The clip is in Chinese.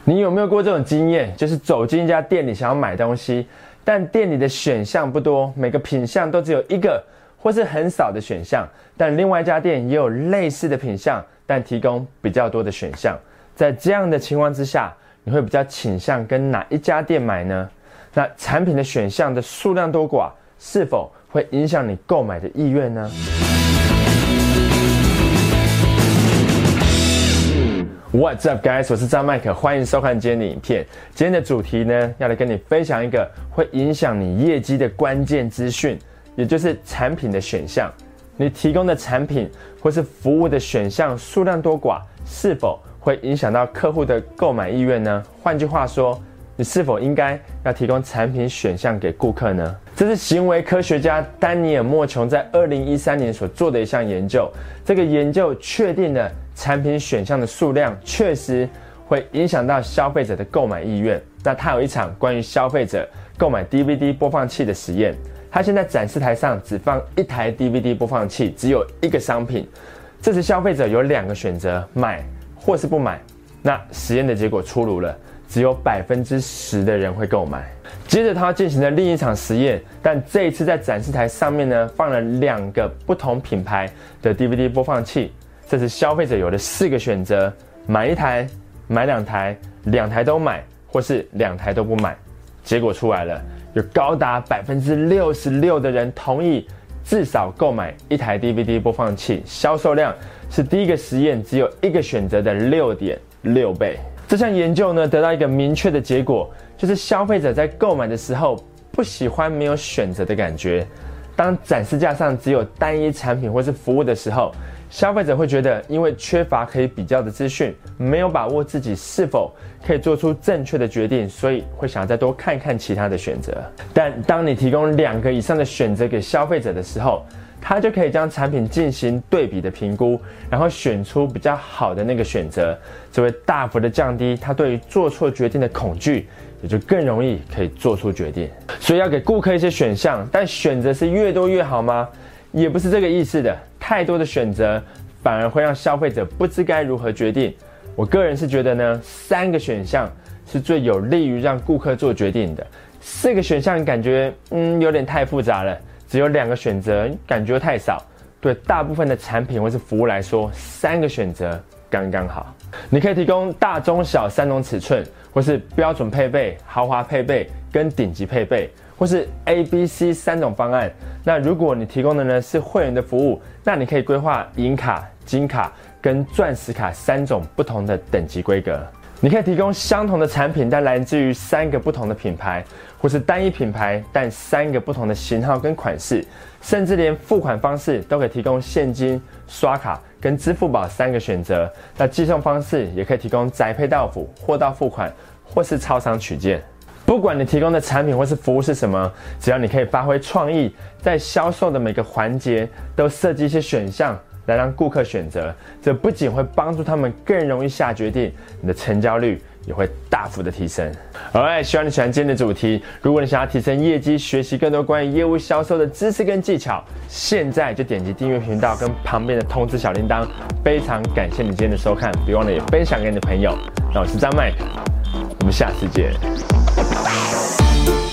你有没有过这种经验？就是走进一家店里想要买东西，但店里的选项不多，每个品项都只有一个或是很少的选项，但另外一家店也有类似的品项，但提供比较多的选项。在这样的情况之下，你会比较倾向跟哪一家店买呢？那产品的选项的数量多寡，是否会影响你购买的意愿呢？What's up, guys？ 我是张麦克，欢迎收看今天的影片。今天的主题呢，要来跟你分享一个会影响你业绩的关键资讯，也就是产品的选项。你提供的产品或是服务的选项数量多寡，是否会影响到客户的购买意愿呢？换句话说，你是否应该要提供产品选项给顾客呢？这是行为科学家丹尼尔·莫琼在2013年所做的一项研究。这个研究确定了产品选项的数量确实会影响到消费者的购买意愿。那他有一场关于消费者购买 DVD 播放器的实验。他现在展示台上只放一台 DVD 播放器，只有一个商品。这时消费者有2个选择，买或是不买。那实验的结果出炉了，只有10%的人会购买。接着他进行了另一场实验，但这一次在展示台上面呢，放了2个不同品牌的 DVD 播放器。这时消费者有了4个选择，买1台、买2台、2台都买，或是2台都不买。结果出来了，有高达66%的人同意至少购买1台 DVD 播放器，销售量是第一个实验只有1个选择的6.6倍。这项研究呢，得到一个明确的结果，就是消费者在购买的时候不喜欢没有选择的感觉。当展示架上只有单一产品或是服务的时候，消费者会觉得因为缺乏可以比较的资讯，没有把握自己是否可以做出正确的决定，所以会想再多看看其他的选择。但当你提供2个以上的选择给消费者的时候，他就可以将产品进行对比的评估，然后选出比较好的那个选择，这会大幅的降低他对于做错决定的恐惧，也就更容易可以做出决定。所以要给顾客一些选项，但选择是越多越好吗？也不是这个意思的。太多的选择反而会让消费者不知该如何决定。我个人是觉得呢，3个选项是最有利于让顾客做决定的。4个选项感觉有点太复杂了，只有2个选择感觉太少。对大部分的产品或是服务来说，3个选择刚刚好。你可以提供大、中、小3种尺寸，或是标准配备、豪华配备跟顶级配备，或是 A、B、C 3种方案。那如果你提供的呢是会员的服务，那你可以规划银卡、金卡跟钻石卡3种不同的等级规格。你可以提供相同的产品，但来自于3个不同的品牌，或是单一品牌但3个不同的型号跟款式，甚至连付款方式都可以提供现金、刷卡跟支付宝3个选择。那寄送方式也可以提供宅配到府、货到付款或是超商取件。不管你提供的产品或是服务是什么，只要你可以发挥创意，在销售的每个环节都设计一些选项来让顾客选择，这不仅会帮助他们更容易下决定，你的成交率也会大幅的提升。Alright， 希望你喜欢今天的主题。如果你想要提升业绩，学习更多关于业务销售的知识跟技巧，现在就点击订阅频道跟旁边的通知小铃铛。非常感谢你今天的收看，别忘了也分享给你的朋友。那我是张麦克，我们下次见。